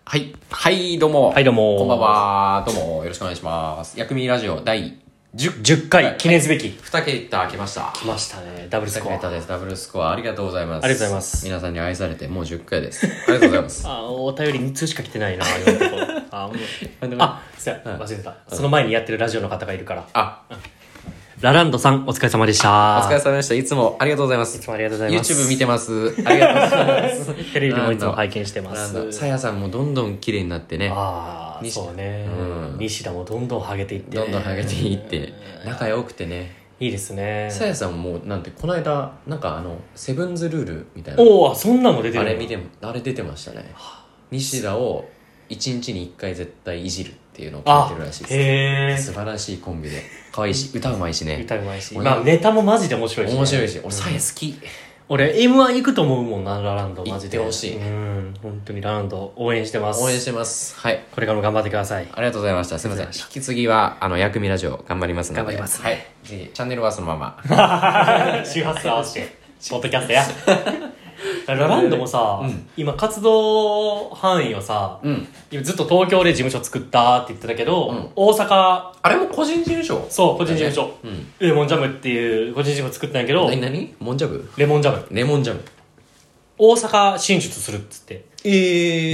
はい。はい、どうも。 はい、どうも。 こんばんは。どうも、よろしくお願いします。薬味ラジオ第 10回記念すべき。 2桁来ました。 来ましたね。ダブルスコア。 2桁です。ダブルスコア。ありがとうございます。 ありがとうございます。 皆さんに愛されてもう10回です。ありがとうございます。 お便り2通しか来てないな、今のところ。そうや、忘れてた。その前にやってるラジオの方がいるから。ラランドさん、お疲れ様でした。 お疲れ様でした。いつもありがとうございます。 いつもありがとうございます。 YouTube 見てます。ありがとうございます。 テレビでもいつも拝見してます。 さやさんもどんどん綺麗になってね。 そうね。西田もどんどんハゲていって。 どんどんハゲていって、仲良くてね。 いいですね。 さやさんもなんてこの間なんかセブンズルールみたいな。 そんなの出てる。 あれ出てましたね。西田を1日に1回絶対いじるっていうのを聞いてるらしいです。素晴らしいコンビで可愛いし、歌うまいしね。 歌うまいし、ネタもマジで面白いし、 面白いし、俺さえ好き。 俺 M1 行くと思うもんな、ラランド。マジで行ってほしい。 本当にラランド応援してます。 応援してます。はい。 これからも頑張ってください。 ありがとうございました。すいません。引き継ぎは薬味ラジオ頑張りますので。 頑張ります。 はい。ぜひチャンネルはそのまま。 周波数合わせてポッドキャストや。ラランドもさ、今活動範囲をさ、今ずっと東京で事務所作ったって言ってたけど、大阪、 あれも個人事務所？ そう、個人事務所。レモンジャムっていう個人事務所作ったんやけど、 何モンジャム？ レモンジャム。 レモンジャム。 大阪進出するっつって。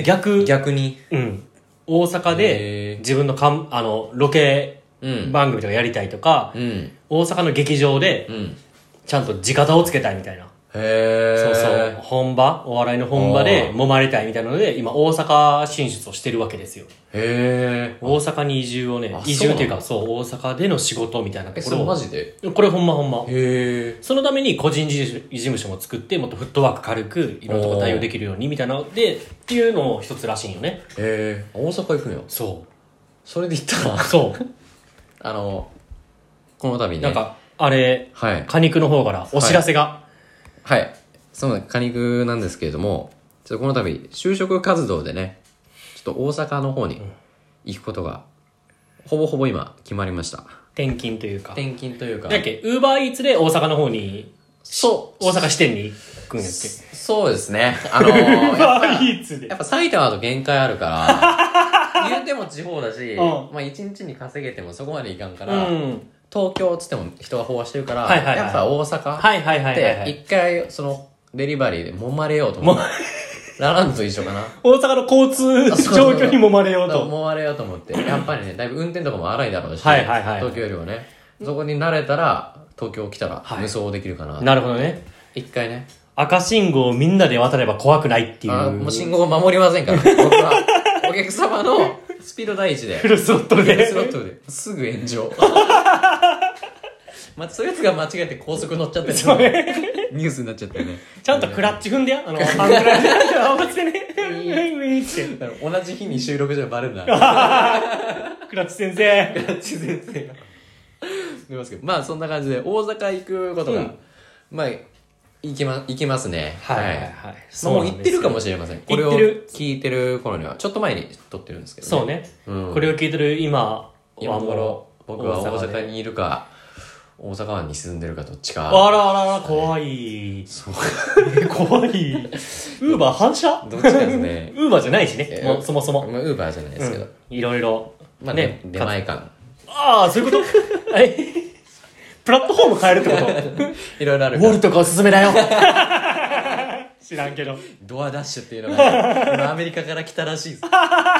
逆に。大阪で自分のロケ番組とかやりたいとか、大阪の劇場でちゃんと地肩をつけたいみたいな。そうそう。お笑いの本場で揉まれたいみたいなので、今大阪進出をしてるわけですよ。 大阪に移住をね、移住っていうか、そう、大阪での仕事みたいなところを。 それマジで？ これほんま。そのために個人事務所も作って、もっとフットワーク軽く、いろんなとこ対応できるようにみたいなので、っていうのも一つらしいんよね。 大阪行くんよ。 そう。 それで行ったらそう。 この度ね。 なんか、果肉の方からお知らせが。 はい。そう果肉なんですけれども、ちょっとこの度、就職活動でね、ちょっと大阪の方に行くことが、ほぼほぼ今決まりました。 転勤というか。 だっけ、 ウーバーイーツで大阪の方に、大阪支店に行くんやっけ。 そうですね。 ウーバーイーツで。 やっぱ埼玉だと限界あるから、言うても地方だし、まあ一日に稼げてもそこまでいかんから、東京っつっても人が飽和してるから、やっぱ大阪で一回そのデリバリーで揉まれようと思って。ラランドと一緒かな。大阪の交通状況に揉まれようと。 揉まれようと思って。やっぱりね、だいぶ運転とかも荒いだろうし、東京よりもね。そこに慣れたら、東京来たら無双できるかな。 なるほどね。 一回ね。 赤信号をみんなで渡れば怖くないっていう。 もう信号を守りませんから。僕は、お客様のスピード第一で。 フルスロットルで。 すぐ炎上。そういうやつが間違えて高速乗っちゃってニュースになっちゃったよね。 ちゃんとクラッチ踏んでや。ハンドライで合わせてね。 同じ日に収録じゃバレるな。 クラッチ先生が。 出ますけど、まあそんな感じで大阪行くことが、まあ行けますね。もう行ってるかもしれません。これを聞いてる頃にはちょっと前に撮ってるんですけどね。 そうね。これを聞いてる今頃僕は大阪にいるか大阪湾に沈んでるかどっちか。 あら怖い。怖い。ウーバー反射？ どっちかですね。 ウーバーじゃないしね。そもそも。 ウーバーじゃないですけど。 いろいろ。 まあね、出前感。 そういうこと？プラットフォーム変えるってこといろいろある。 ウォルトがおすすめだよ。知らんけど。 ドアダッシュっていうのが今アメリカから来たらしいです。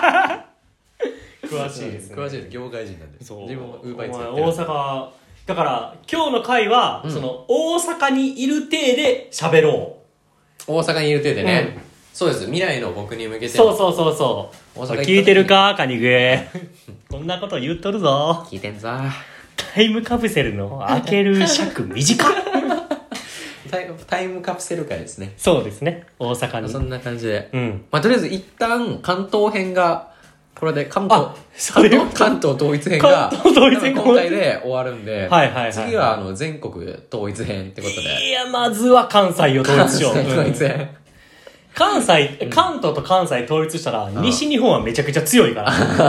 詳しいですね。 詳しいです。業界人なんで。自分もウーバーイーツやってる。大阪。だから今日の回は、その大阪にいる体で喋ろう。大阪にいる体でね。そうです。未来の僕に向けて。 そう。聞いてるかカニグ。こんなこと言っとるぞ。 聞いてんぞ。 タイムカプセルの開ける尺短っ。 タイムカプセル回ですね。 そうですね。大阪に。 そんな感じで。まあとりあえず一旦関東編が、これで関東統一編が今回で終わるんで、次は全国統一編ってことで。 いや、まずは関西を統一しよう。関東と関西統一したら、西日本はめちゃくちゃ強いから。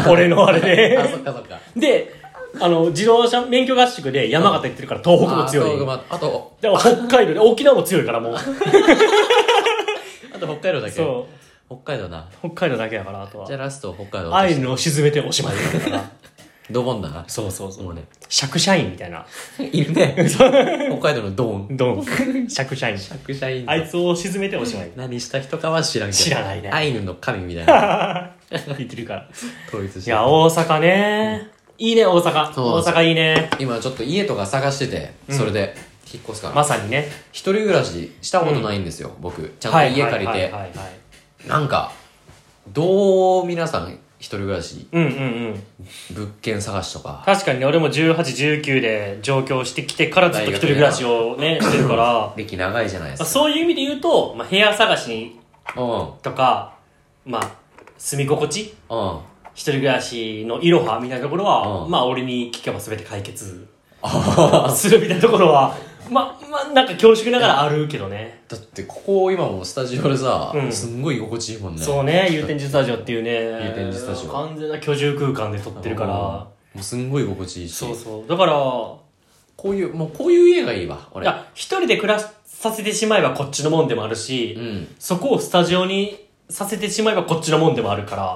俺のあれで。 そっか。 で、自動車免許合宿で山形行ってるから東北も強い。 あと、 北海道で沖縄も強いからもう。 あと北海道だけ。 そう。 北海道な。 北海道だけだから、あとは。 じゃあラスト北海道。 アイヌを沈めておしまいだから。 ドボンだな。 そうそうそう。もうね、釈社員みたいな。 いるね。北海道のドン。 ドン。釈社員。 釈社員。 あいつを沈めておしまい。 何した人かは知らんけど。 知らないね。 アイヌの神みたいな。 言ってるから。 統一して。 いや、大阪ね。いいね、大阪。大阪いいね。 今ちょっと家とか探してて、それで引っ越すから。 まさにね。 一人暮らししたことないんですよ、僕。ちゃんと家借りて。なんか、どう皆さん一人暮らし、物件探しとか。 確かにね、俺も18、19で上京してきてからずっと一人暮らしをね、してるから。 歴長いじゃないですか。 そういう意味で言うと、まあ、部屋探しとか、まあ、住み心地一人暮らしのいろはみたいなところは、まあ俺に聞けば全て解決するみたいなところは、まあなんか恐縮ながらあるけどね。 だってここ今もスタジオでさ、すんごい居心地いいもんね。 そうね、祐天寺スタジオっていうね。 祐天寺スタジオ。 完全な居住空間で撮ってるから。もうすんごい居心地いいし。 そうそう。だから、こういう家がいいわ、俺。 いや、一人で暮らさせてしまえばこっちのもんでもあるし、そこをスタジオにさせてしまえばこっちのもんでもあるから、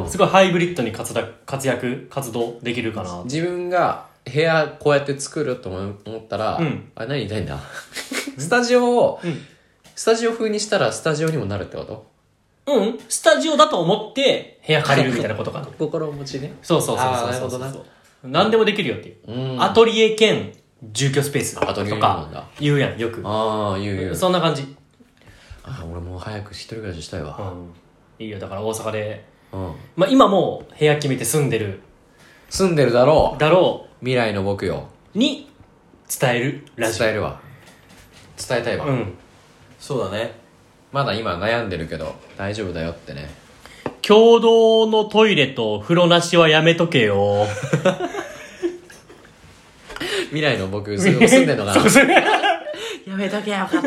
すごいハイブリッドに活動できるかな。 自分が部屋こうやって作ると思ったら、何言いたいんだスタジオ風にしたらスタジオにもなるってこと？ スタジオだと思って部屋借りるみたいなことかな。 心持ちね。 そうそう。なるほどな。何でもできるよっていう。アトリエ兼住居スペースとか言うやん、よく。 言う。 そんな感じ。 俺もう早く一人暮らししたいわ。 いいよ、だから大阪で。まあ今もう部屋決めて住んでるだろう。 未来の僕よ。 に伝えるラジオ。 伝えるわ。伝えたいわ。そうだね。まだ今悩んでるけど大丈夫だよってね。 共同のトイレと風呂なしはやめとけよ。 未来の僕住んでんのかな。やめとけよかった。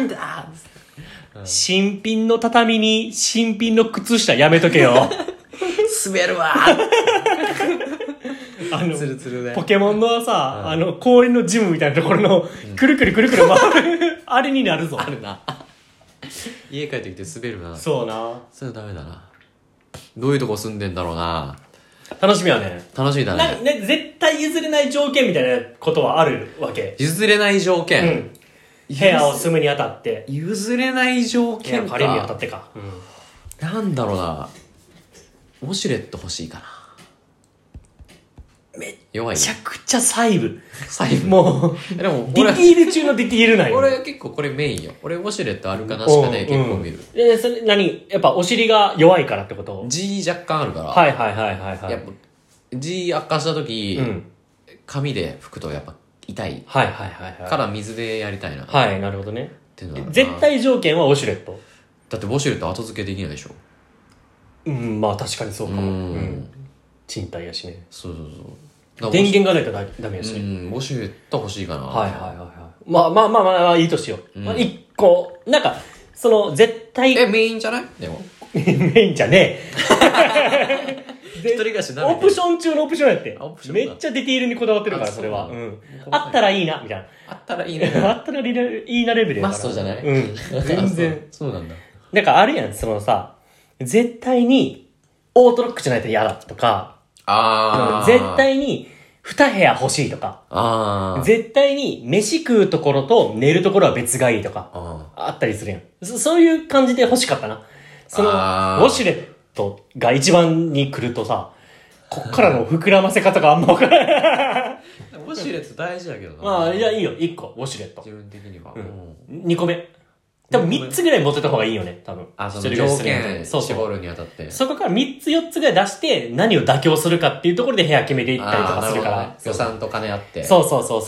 新品の畳に新品の靴下やめとけよ。 滑るわ。 ツルツルでポケモンのさ、公園のジムみたいなところのくるくるくるくる回るあれになるぞ。 あるな。家帰ってきて滑るな。 そうな。 それはダメだな。どういうとこ住んでんだろうな。 楽しみはね。 楽しみだね。 絶対譲れない条件みたいなことはあるわけ。 譲れない条件。 部屋を住むにあたって。 譲れない条件か。 借りるにあたってか。 なんだろうな。ウォシュレット欲しいかな。 めちゃくちゃ細部。 もう。 でも、ディティール中のディティールなんよ。 俺結構これメインよ。俺ウォシュレットあるかなしかね、結構見る。 それやっぱお尻が弱いからってこと？ G 若干あるから。 はい。 やっぱ G 悪化した時、紙で拭くとやっぱ痛い。から水でやりたいな。 はい、なるほどね。絶対条件はウォシュレット。 だってウォシュレット後付けできないでしょ。 まあ確かにそうかも。賃貸やしね。 そう。 電源がないとダメやしね。 ウォシュレット欲しいかな。 まあ、いいとしよう。一個、なんか、絶対。 メインじゃないでも。 メインじゃねえ。一人暮らしなめてオプション中のオプションやって。めっちゃディティールにこだわってるから、それは。あったらいいな、みたいな。 あったらいいな。 あったらいいなレベルやから。 マストじゃない？ 全然。 そうなんだ。 なんかあるやん、絶対に、オートロックじゃないと嫌だとか、絶対に2部屋欲しいとか、絶対に飯食うところと寝るところは別がいいとか、あったりするやん。そういう感じで欲しかったな。ウォシュレットが一番に来るとさ、こっからの膨らませ方があんま分からない。 ウォシュレット大事だけどな。 いや、いいよ、1個、ウォシュレット。 自分的には。 2個目。多分3つぐらい持ってた方がいいよね、多分。 その条件絞るにあたって。 そこから3つ4つぐらい出して、何を妥協するかっていうところで部屋決めていったりとかするから。 予算と金あって。 そう。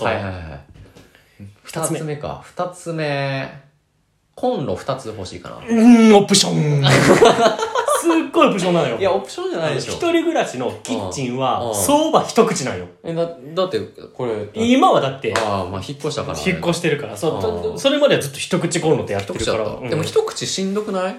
2つ目か。2つ目。コンロ2つ欲しいかな。 オプション。すっごいオプションなのよ。 いや、オプションじゃないでしょ。 一人暮らしのキッチンは、相場一口なんよ。 だって、これ。 今はだって。 まあ、引っ越したから。 引っ越してるから。それまではずっと一口コンロってやってるから。 でも一口しんどくない？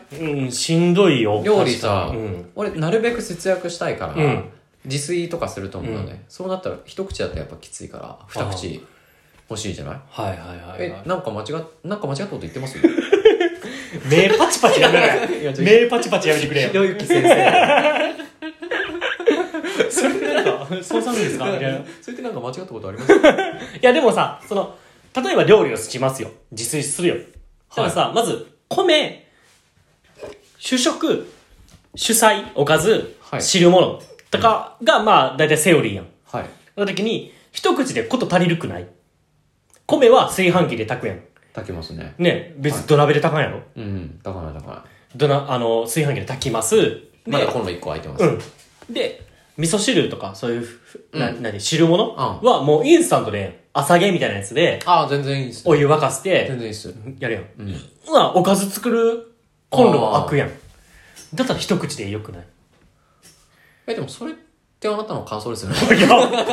しんどいよ。 料理さ、俺、なるべく節約したいから、自炊とかすると思うので、そうなったら一口だとやっぱきついから、二口欲しいじゃない？ はい。 なんか間違ったこと言ってます？ 目パチパチやめろよ。目パチパチやめてくれよ。 ひろゆき先生。 それってなんか、そうさんですかみたいな。 それってなんか間違ったことありますいやでもさ、例えば料理をしますよ。自炊するよ。だからさ、まず、米、主食、主菜、おかず、汁物とかが、まあ、だいたいセオリーやん。はい。その時に、一口でこと足りるくない？米は炊飯器で炊くやん。 炊きますね。 ね、別に土鍋で炊かんやろ？ うん、炊かない炊かない。 炊飯器で炊きます。 まだコンロ1個空いてます。 うん。で、味噌汁とか、そういう、汁物はもうインスタントで、朝げみたいなやつで、 全然いいっす。 お湯沸かして、 全然いいっす。 やるやん。おかず作るコンロは開くやん。だったら一口でよくない？ でもそれってあなたの感想ですよね。 やっ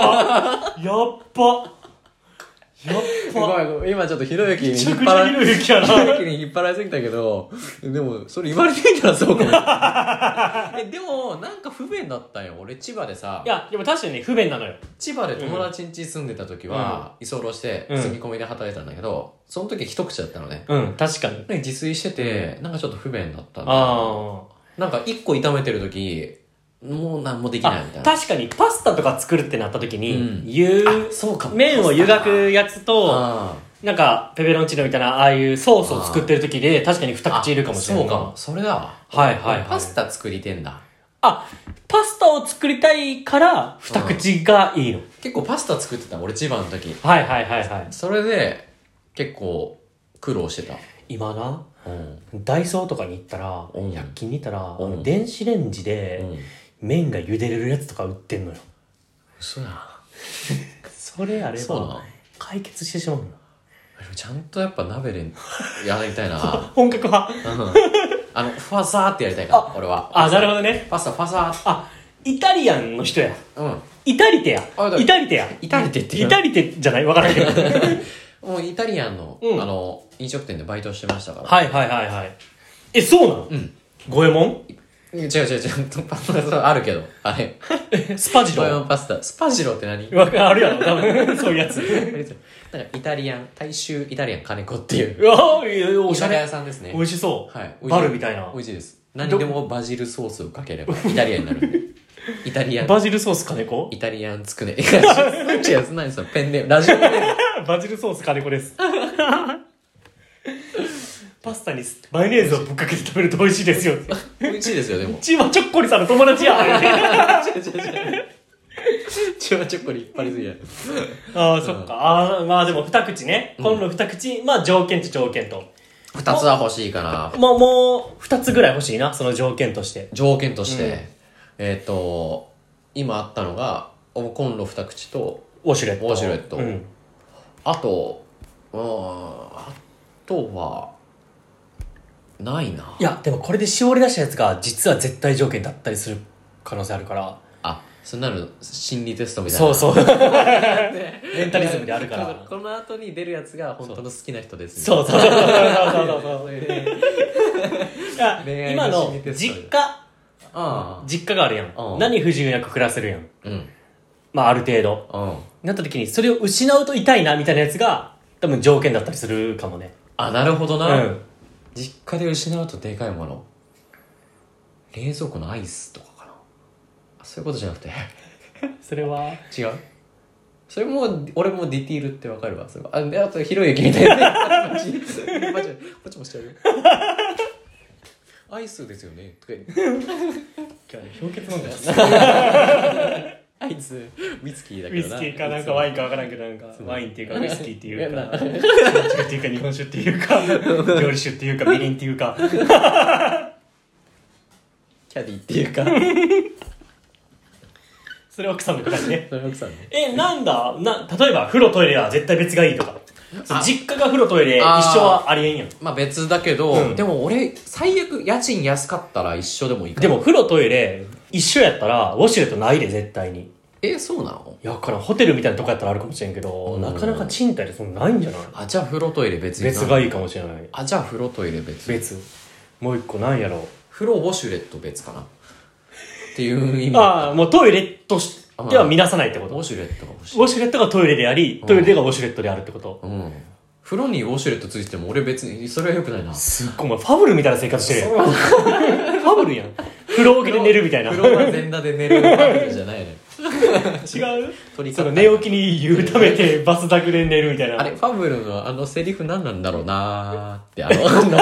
ば。 ごめん、今ちょっとひろゆきに引っ張られすぎたけど、でも、それ言われてみたらそうかも。でも、なんか不便だったんよ。俺、千葉でさ。 いや、でも確かにね、不便なのよ。 千葉で友達ん家住んでた時は、居候して、住み込みで働いてたんだけど、その時一口だったのね。 うん、確かに。 自炊してて、なんかちょっと不便だったんだよ。なんか一個炒めてる時、もう何もできないみたいな。 確かにパスタとか作るってなった時に、麺を湯がくやつと、なんかペペロンチーノみたいなああいうソースを作ってる時で確かに二口いるかもしれない。 そうかも。それだわ。 はい。 パスタ作りてんだ。 パスタを作りたいから二口がいいの。 結構パスタ作ってた俺千葉の時。 はい。 それで結構苦労してた。 今な、ダイソーとかに行ったら、100均に行ったら、電子レンジで麺が茹でれるやつとか売ってんのよ。 嘘や。 それあれば解決してしまうの。 ちゃんとやっぱ鍋でやりたいな。 本格派。 ファサーってやりたいから俺は。 なるほどね。 パスタファサー。 イタリアンの人や。イタリテや。イタリテじゃない？わからんけど。 もうイタリアンの、飲食店でバイトしてましたから。 はい。そうなの？五右衛門？ 違う。あるけど、あれ。 スパジロ。 五右衛門パスタ。スパジロって何？ あるやろ、多分。そういうやつ。 なんかイタリアン、大衆イタリアン金子っていう。 おしゃれ屋さんですね。 美味しそう。 はい。 バルみたいな。 美味しいです。何でもバジルソースをかければイタリアンになるんで。イタリアン。 バジルソース金子？ イタリアンつくね。違う、何そのペンネーム。ラジオネーム。 バジルソース金子です。パスタにマヨネーズをぶっかけて食べると美味しいですよ。 美味しいですよ、でも。 チーマチョッコリさんの友達や。 違う。チーマチョッコリ引っ張りすぎや。 そっか。まあでも二口ね。コンロ二口、まあ条件と。 二つは欲しいかな。 もう二つぐらい欲しいな、その条件として。 今あったのが、コンロ二口と、 ウォシュレット。 あとは、ないな。 いや、でもこれで絞り出したやつが、実は絶対条件だったりする可能性あるから。 そうなる心理テストみたいな。 そう。メンタリズムであるから。 この後に出るやつが本当の好きな人です。 そう。今の実家があるやん。何不自由なく暮らせるやん。まあある程度。なった時にそれを失うと痛いなみたいなやつが多分条件だったりするかもね。 なるほどな。実家で失うとでかいもの。冷蔵庫のアイスとかかな。そういうことじゃなくて。 それは違う。それも俺もディティールってわかるわ。それはあとひろゆきみたいな。こっちもしちゃうよ。アイスですよねとか言って。 今日氷結飲んでます。 アイスウイスキーだけどな。 ウイスキーかなんかワインかわからんけど、なんかワインっていうかウイスキーっていうか、違うっていうか日本酒っていうか料理酒っていうかみりんっていうかキャディっていうか。 それ奥さんの答えね。 それ奥さんね。 例えば風呂トイレは絶対別がいいとか。実家が風呂トイレ一緒はありえんやん。 まあ別だけど、でも俺最悪家賃安かったら一緒でもいいから。でも風呂トイレ一緒やったらウォシュレットないで絶対に。 そうなの？ いや、ホテルみたいなとこやったらあるかもしれんけど、なかなか賃貸でそんなないんじゃない？ じゃあ風呂トイレ別がいいかもしれない。 じゃあ風呂トイレ別。 もう一個なんやろ。 風呂ウォシュレット別かなっていう意味。 もうトイレとしては見なさないってこと？ ウォシュレットが欲しい。 ウォシュレットがトイレであり、トイレがウォシュレットであるってこと？ 風呂にウォシュレットついてても俺別にそれは良くないな。 すっごい、お前ファブルみたいな生活してるやん。ファブルやん。風呂桶で寝るみたいな。 風呂は全裸で寝るファブルじゃないね。 違う？その寝起きに湯ためてバスタクで寝るみたいな。 あれ、ファブルのセリフ何なんだろうなーってあ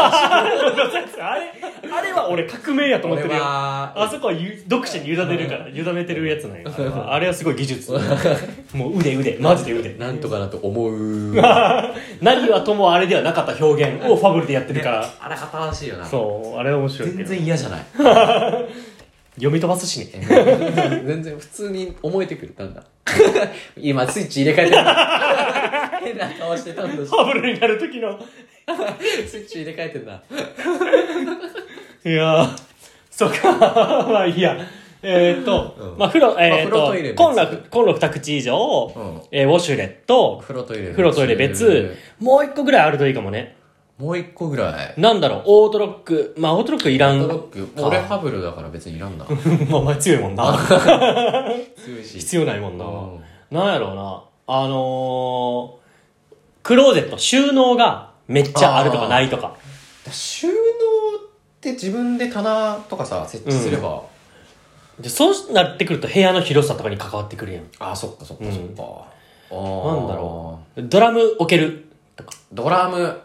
れは俺革命やと思ってるよ。あそこは読者に委ねるから、委ねてるやつなんや。あれはすごい技術。もう腕、マジで腕。 なんとかなと思う。 何はともあれではなかった表現をファブルでやってるから。 あれ新しいよな。 そう、あれ面白い。 全然嫌じゃない。 読み飛ばすしね。 全然普通に思えてくる。なんだ。今スイッチ入れ替えてる。変な顔してたんだし。 ファブルになる時の。 スイッチ入れ替えてんな。 いやー、そっか。まあいいや。まあ風呂、コンロ2口以上、ウォシュレット、風呂トイレ別、もう一個ぐらいあるといいかもね。 もう一個ぐらい。 なんだろう、オートロック。まあオートロックいらん。 オートロック。俺ファブルだから別にいらんな。 まあお前強いもんな。 強いし。 必要ないもんな。なんやろうな。クローゼット、収納がめっちゃあるとかないとか。 収納って自分で棚とかさ、設置すれば。 でそうなってくると部屋の広さとかに関わってくるやん。 そっか。なんだろう。ドラム置けるとか。 ドラム。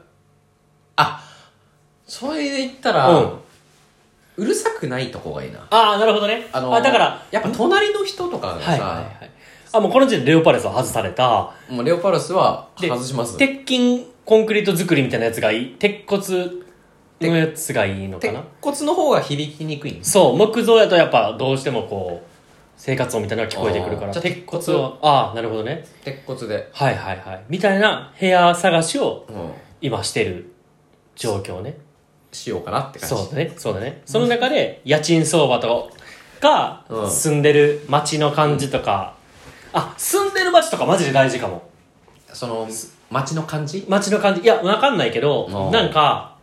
それで言ったら、うるさくないとこがいいな。 なるほどね。だから、 やっぱ隣の人とかがさ、 もうこの時点でレオパレスは外された。 もうレオパレスは外します。 鉄筋コンクリート作りみたいなやつがいい。鉄骨のやつがいいのかな。 鉄骨の方が響きにくいんそう、木造やとやっぱどうしてもこう、生活音みたいなのが聞こえてくるから。鉄骨を、なるほどね。 鉄骨で。 はい。みたいな部屋探しを今してる状況ね。 しようかなって感じ。 そうだね。その中で家賃相場とか、住んでる街の感じとか、住んでる街とかマジで大事かも。 その街の感じ？ いや、わかんないけど、なんか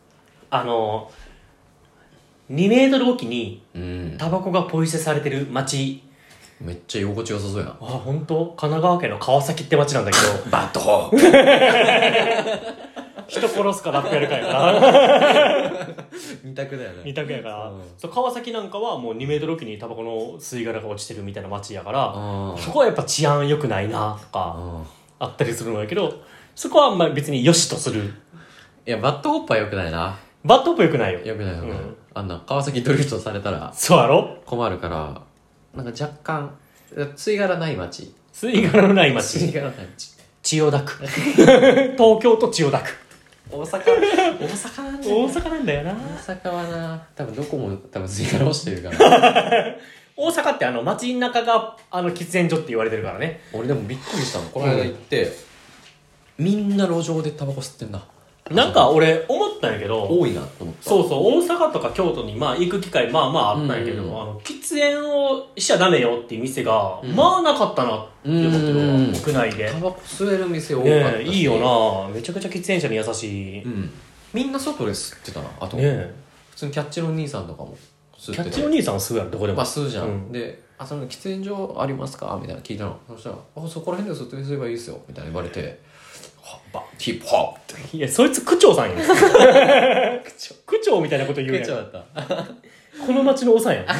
2メートルおきにタバコがポイ捨てされてる街。 めっちゃ居心地よさそうやな。 本当？神奈川県の川崎って街なんだけど。 バッドホー人殺すかラップやるかやから二択だよね。 二択やから、そう川崎なんかはもう2メートルおきにタバコの吸い殻が落ちてるみたいな街やから、そこはやっぱ治安良くないなとかあったりするんだけど、そこはまあ別に良しとする。 いや、バッドホップは良くないな。 バッドホップ良くないよ。 良くないよ、あんな川崎ドリフトされたらそうやろ困るから、なんか若干吸い殻ない街。 吸い殻のない街。 吸い殻ない街。 千代田区。東京と千代田区。 大阪なんだよ。 大阪なんだよな。 大阪はな、多分どこも多分吸い殻落ちてるから。 大阪って街中が喫煙所って言われてるからね。 俺でもびっくりしたの。この間行って、みんな路上でタバコ吸ってんな。 なんか俺思ったんやけど、 多いなと思った。 そう大阪とか京都に行く機会あったんやけど、喫煙をしちゃダメよっていう店が、なかったなって思ってるわ。屋内でタバコ吸える店多かったし、 いいよな。めちゃくちゃ喫煙者に優しい。 みんな外で吸ってたな。あと、普通にキャッチの兄さんとかも吸ってて。キャッチの兄さんは吸うやろ、どこでも。 吸うじゃん。で、その喫煙所ありますかみたいな聞いたの。そしたら、そこら辺で吸って吸えばいいですよみたいな言われて、ヒップホップって。 いや、そいつ区長さんやん。区長みたいなこと言うやん。 区長だった。 この町のおさんやん。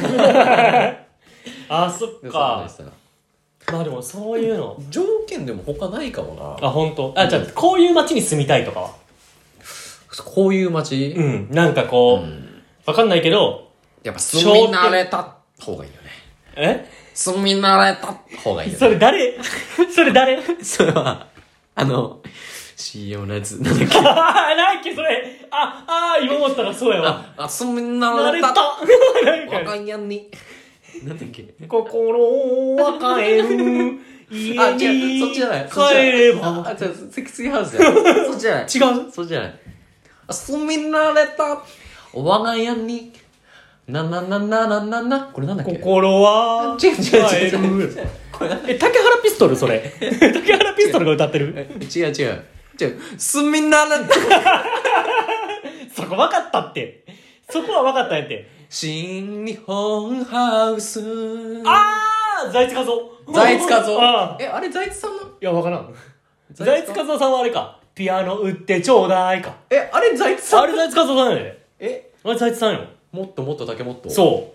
そっか。まあでもそういうの。 条件でも他ないかもな。 本当。じゃあ、こういう町に住みたいとかは？ こういう町？ なんかこう、わかんないけど、 やっぱ住み慣れた方がいいよね。住み慣れた方がいいよね。 それ誰それは、CM のやつ。なんだっけなんだっけそれ。今思ったらそうやわ。 住み慣れた。若いやんに。なんだっけ心は帰る。家にそっちじゃない。 帰れば。 セクシーハウスじゃない。そっちじゃない。 違う。 そっちじゃない。住み慣れた。我が家に。これなんだっけ心は違う。 竹原ピストルそれ。竹原ピストルが歌ってる。 違う。住み慣れた。 そこ分かったって。そこは分かったんやって。 新日本ハウス。 財津和夫。 あれ財津さんの？いや、分からん。財津和夫さんはあれか。 ピアノ売ってちょうだいか。 あれ財津さん？ あれ財津和夫さんやで。あれ財津さんよ。 もっともっと竹本。 そう。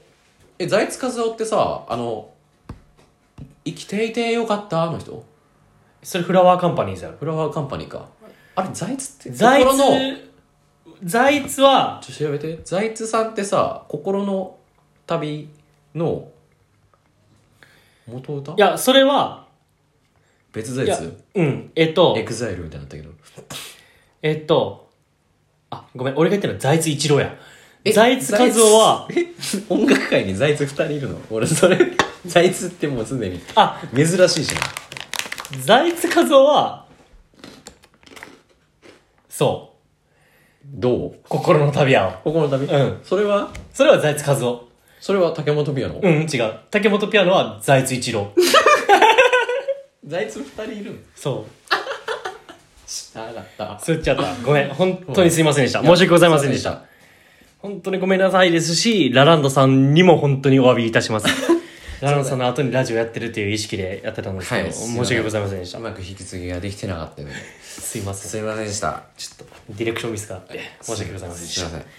財津和夫ってさ、生きていてよかったの人？ それフラワーカンパニーズやろ。 フラワーカンパニーか。あれ財津って財津はちょっと調べて。財津さんってさ、心の旅の元歌？ いや、それは別財津？ うん。 エグザイルみたいになったけど。 ごめん、俺が言ってるのは財津一郎や。財津和夫は音楽界に財津2人いるの？俺それ財津ってもうすでに珍しいじゃん。財津和夫はそうどう？ 心の旅やわ。 心の旅？ うん。 それは財津和夫。 それは竹本ピアノ？ うん、違う。竹本ピアノは財津一郎。 財津2人いるの？ そう。 知らなかった。 吸っちゃった。ごめん。本当にすいませんでした。申し訳ございませんでした。本当にごめんなさいですし、ラランドさんにも本当にお詫びいたします。ラランドさんの後にラジオやってるっていう意識でやってたんですけど、申し訳ございませんでした。 うまく引き継ぎができてなかったので。 すいません。 すいませんでした。 ちょっと、ディレクションミスがあって、申し訳ございませんでした。 すいません。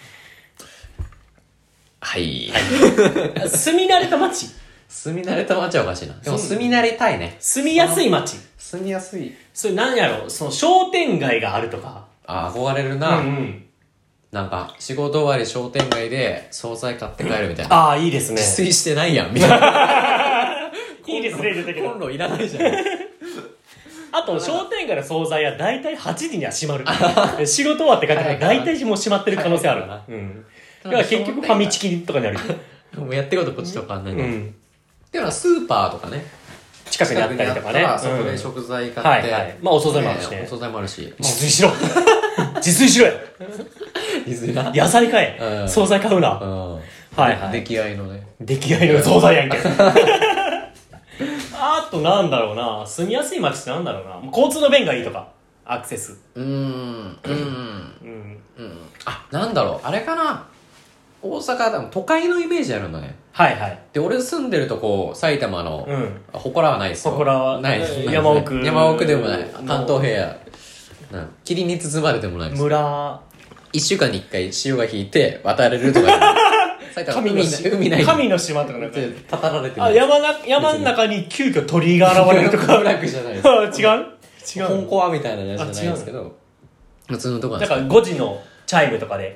はい。 住み慣れた街。 住み慣れた街はおかしいな。でも住み慣れたいね。 住みやすい街。 住みやすい。 それ何やろ、その商店街があるとか。 憧れるな。なんか、仕事終わり商店街で惣菜買って帰るみたいな。いいですね。 自炊してないやん、みたいな。 いいですね、出たけど。 コンロいらないじゃん。 あと、商店街の惣菜は大体8時には閉まる。仕事終わって帰ってから大体もう閉まってる可能性あるな。うん。だから結局ファミチキとかになる。 もうやってることこっちと変わんないね。っていうのはスーパーとかね。 近くにあったりとかね。 そこで食材買って。 まあお惣菜もあるしね。 お惣菜もあるし。 自炊しろ。自炊しろよ。 自炊な。 野菜買え。惣菜買うな。はいはい。 出来合いのね。 出来合いの惣菜やんけ。あとなんだろうな。住みやすい街ってなんだろうな。交通の便がいいとか。アクセス。 なんだろう。あれかな。大阪、都会のイメージあるんだね。 はいはい。 で、俺住んでるとこ、埼玉の、祠はないですよ。 祠はないです。 山奥。 山奥でもない。関東平野。霧に包まれてもないです。 村。 1週間に1回潮が引いて渡れるとか。 神の島とかなんか。 たたられてる。山の中に急遽鳥居が現れるとか。 ブラックじゃないです。 違う本コアみたいなやつじゃないですけど。普通のとこなんですか。だから5時のチャイムとかで。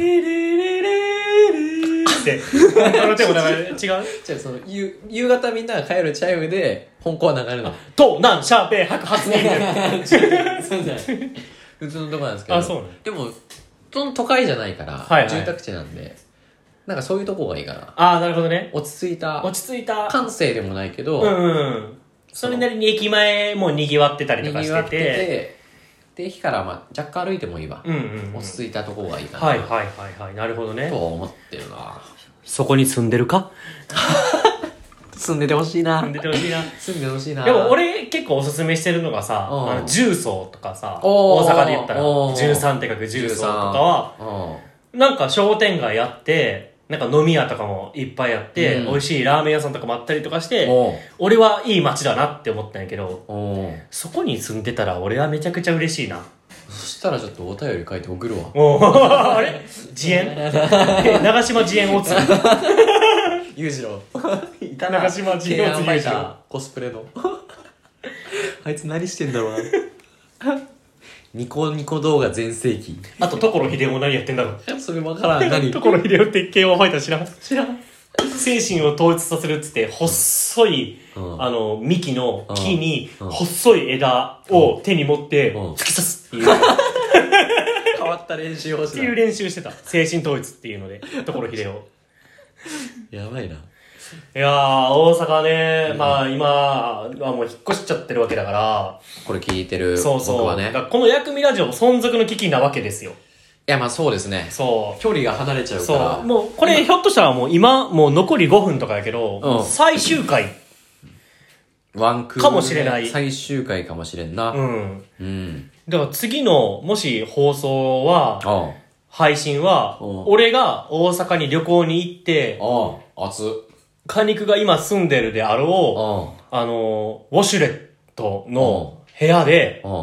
ってあの手も違う？ じゃあその夕方みんなが帰るチャイムで本校は流れるの。 となんシャーペー白発言みたいな。 そうじゃない。普通のとこなんですけど。 そうね。 でもその都会じゃないから、住宅地なんでなんかそういうとこがいいかな。 なるほどね。 落ち着いた閑静でもないけど、 それなりに駅前も賑わってたりとかしてて。 で駅から若干歩いてもいいわ。落ち着いたとこがいいかな。 はいなるほどね。 と思ってるな。 そこに住んでるか？ 住んでてほしいな。 住んでてほしいな。 住んでほしいな。 でも俺結構おすすめしてるのがさ、重曹とかさ、大阪で言ったら13って書く重曹とかはなんか商店街やってなんか飲み屋とかもいっぱいあって、美味しいラーメン屋さんとかもあったりとかして、俺はいい街だなって思ったんやけど、そこに住んでたら俺はめちゃくちゃ嬉しいな。 そしたらちょっとお便り書いて送るわ。 あれ自演長島自演大津。 裕次郎。 いたな。長島自演大津裕次郎。 コスプレの。あいつ何してんだろうな。ニコニコ動画全盛期。 あと所秀夫何やってんだろう。 それ分からん。何所秀夫って K1 ファイター知らん。精神を統一させるっつって細い、幹の木に細い枝を手に持って突き刺すっていう変わった練習をしてたっていう練習してた。精神統一っていうので所秀夫。 やばいな。 いやー大阪ね、今はもう引っ越しちゃってるわけだからこれ聞いてる僕はね、 この薬味ラジオも存続の危機なわけですよ。 いやそうですね。距離が離れちゃうから。 もうこれひょっとしたらもう今もう残り5分とかやけど、最終回ワンクールかもしれない。 最終回かもしれんな。 だから次のもし放送は配信は俺が大阪に旅行に行って果肉が今住んでるであろうウォシュレットの部屋で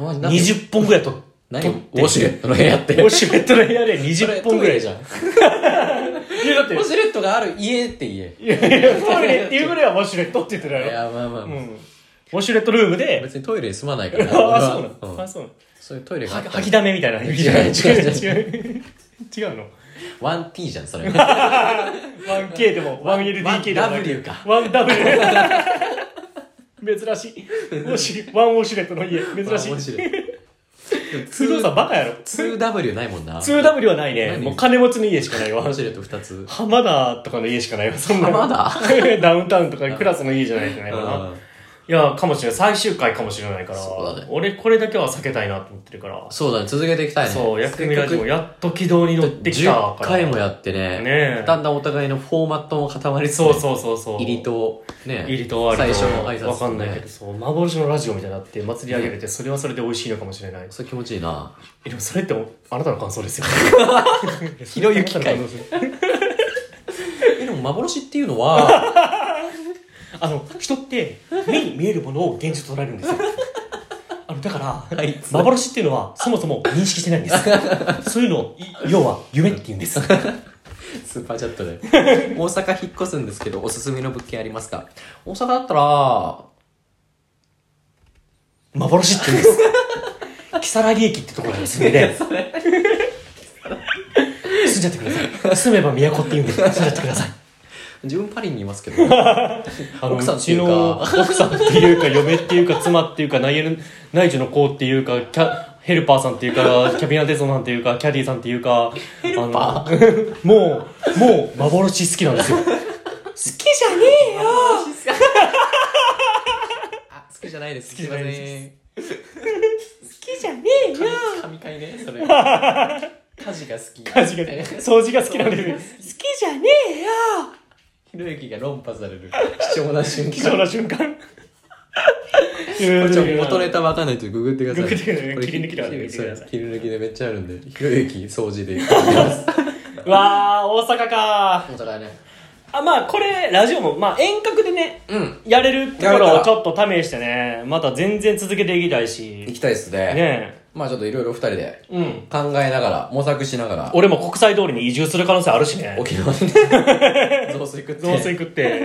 20本ぐらい撮って。 何ウォシュレットの部屋って。 ウォシュレットの部屋で20本ぐらいじゃん。いやだって。ウォシュレットがある家って家。 いやいや、トイレっていうぐらいはウォシュレットって言ってるやろ。 いや、まあまあ。 ウォシュレットルームで。 別にトイレに住まないから。 あ、そうなの。あ、そうなの。 そういうトイレがあった。 吐きだめみたいな。違う。違うの。 1T じゃん、それ。 1K でも、1LDK でも。 1W か。 1W。珍しい。ワンウォシュレットの家。珍しい。通常さんバカやろ。 2W ないもんな。 2W はないね。もう金持ちの家しかないわ。 ウォシュレット2つ。 浜田とかの家しかないわ。 浜田ダウンタウンとかクラスの家じゃないかな。いや、かもしれない。最終回かもしれないから。そうだね。俺これだけは避けたいなと思ってるから。 そうだね。続けていきたいね。 そう、薬味ラジオやっと軌道に乗ってきたから。 10回もやってね。だんだんお互いのフォーマットも固まりそう。 入りと、ね。 入りとありと。 最初の挨拶。 わかんないけど、そう、幻のラジオみたいになって祭り上げれて、それはそれで美味しいのかもしれない。 それ気持ちいいな。 でもそれってあなたの感想ですよ。 ひろゆき会。でも幻っていうのは、 人って目に見えるものを現実と捉えるんですよ。だから、幻っていうのはそもそも認識してないんです。そういうのを、要は夢って言うんです。 スーパーチャットで。大阪引っ越すんですけど、おすすめの物件ありますか？大阪だったら、 幻って言うんです。木更木駅ってところに住んで、住んじゃってください。住めば都って言うんで、住んじゃってください。 自分パリにいますけど奥さんっていうか奥さんっていうか嫁っていうか妻っていうか内助の子っていうかヘルパーさんっていうかキャビンアテンダントさんっていうかキャディーさんっていうかもう幻好きなんですよ。好きじゃねえよ。 好きじゃないです。好きじゃないです。 好きじゃねえよ。 神回ねそれ。家事が好き。 掃除が好きなんです。好きじゃねえよ。 ひろゆきが論破される貴重な瞬間。これ元ネタ分かんないとググってください。 切り抜きで見てください。 切り抜きでめっちゃあるんで、ひろゆき掃除で言ってます。 うわー、大阪かー。大阪ね。 まあこれラジオも遠隔でね、やれるところをちょっと試してね、また全然続けていきたいし。 行きたいですね。 ね。 まあちょっといろいろ二人で考えながら、模索しながら。 俺も国際通りに移住する可能性あるしね。 沖縄にね。雑炊食って。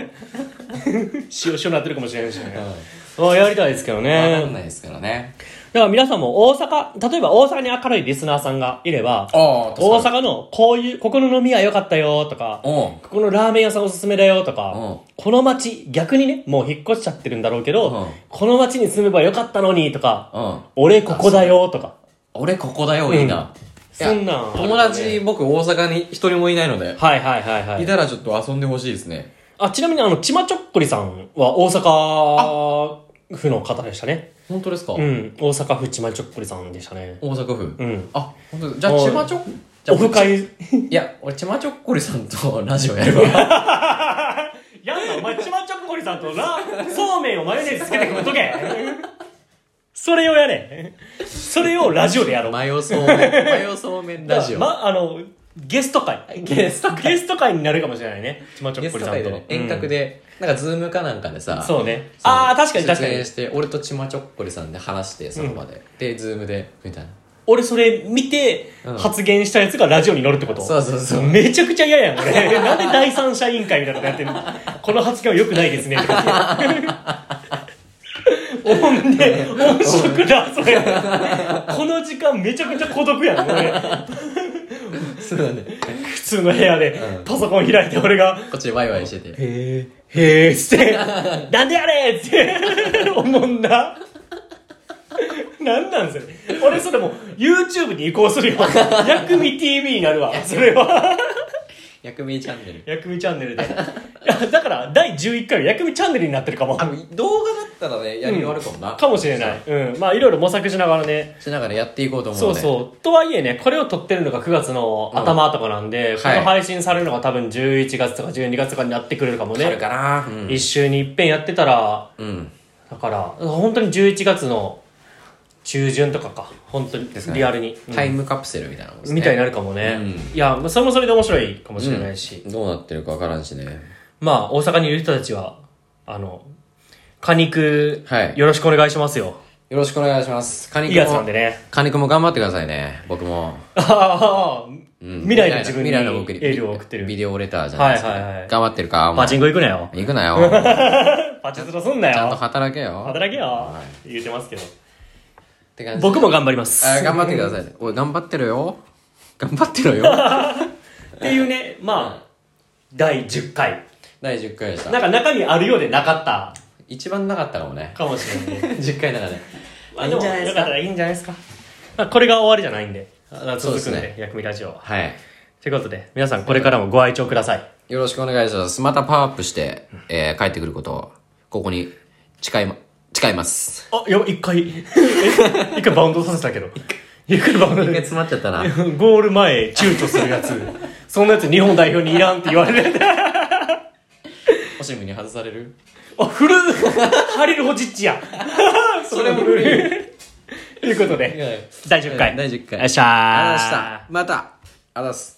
塩なってるかもしれないしね。やりたいですけどね。 わかんないですからね。 だから皆さんも例えば大阪に明るいリスナーさんがいれば、大阪のここの飲み屋良かったよとか、ここのラーメン屋さんおすすめだよとか、この街、逆にね、もう引っ越しちゃってるんだろうけど、この街に住めばよかったのにとか、俺ここだよとか。 俺ここだよ、いいな。 そんなん。 友達、僕大阪に一人もいないので、 はい。 いたらちょっと遊んでほしいですね。 ちなみにちまちょっこりさんは大阪府の方でしたね。 本当ですか？ 大阪府ちまちょっこりさんでしたね。 大阪府？本当じゃあちまちょオフ会。 いや、俺ちまちょっこりさんとラジオやるわ。 やんな、お前ちまちょっこりさんとそうめんをマヨネーズつけて食っとけ。それをやれ。それをラジオでやろう。 マヨそうめんラジオ。 ゲスト会になるかもしれないね。ちまちょっこりさんと。 遠隔で、なんかズームかなんかでさ。 そうね。確かに。 出演して、俺とちまちょっこりさんで話して、その場で。で、ズームで、みたいな。 俺それ見て、発言したやつがラジオに乗るってこと？ そう。 めちゃくちゃ嫌やん、俺。なんで第三者委員会みたいなことやってんの？この発言は良くないですね、とか言って。面白くな、それ。この時間めちゃくちゃ孤独やん、俺。 そうだね。 普通の部屋でパソコン開いて俺がこっちでワイワイしててへーっつってなんでやれーって思んな。なんなんそれ。俺それも YouTube に移行するよ。薬味 TV になるわそれは。 薬味チャンネルで。いやだから第11回は薬味チャンネルになってるかも。 動画だったらねやり終わるかもな、 かもしれない。まあいろいろ模索しながらねやっていこうと思うので。 そうとはいえね、これを撮ってるのが9月の頭とかなんで、この配信されるのが多分11月とか12月とかになってくれるかもね。 あるかな、 一週に一遍やってたら、だから本当に11月の中旬とかか、本当にリアルに、 タイムカプセルみたいなもんですね。 みたいになるかもね。いや、それもそれで面白いかもしれないし。 どうなってるかわからんしね。 まあ、大阪にいる人たちは、果肉、よろしくお願いしますよ。 よろしくお願いします。 いいやつなんでね。 カニ君も頑張ってくださいね。僕も。 未来の自分にエールを送ってる。 ビデオレターじゃないですか。頑張ってるか。 パチンコ行くなよ。 行くなよ。 パチスロすんなよ。 ちゃんと働けよ。 働けよ。言うてますけど。僕も頑張ります。 頑張ってください。おい、頑張ってるよ。頑張ってるよ。 っていうね、まあ、第10回。 第10回でした。 なんか中身あるようでなかった。 一番なかったかもね。 かもしれないね。 10回の中で。 いいんじゃないですか。いいんじゃないですか。これが終わりじゃないんで。続くんで、薬味ラジオは。 はい。 ということで、皆さんこれからもご愛聴ください。 よろしくお願いします。またパワーアップして、帰ってくることを、ここに誓います。 一回バウンドさせたけど。一回バウンドで。 一回詰まっちゃったな。 ゴール前躊躇するやつ。そんなやつ日本代表にいらんって言われて。 オシムに外される？ ハリルホジッチや。 それも古い。 ということで、第10回。 第10回。 よっしゃー。 また、あざす。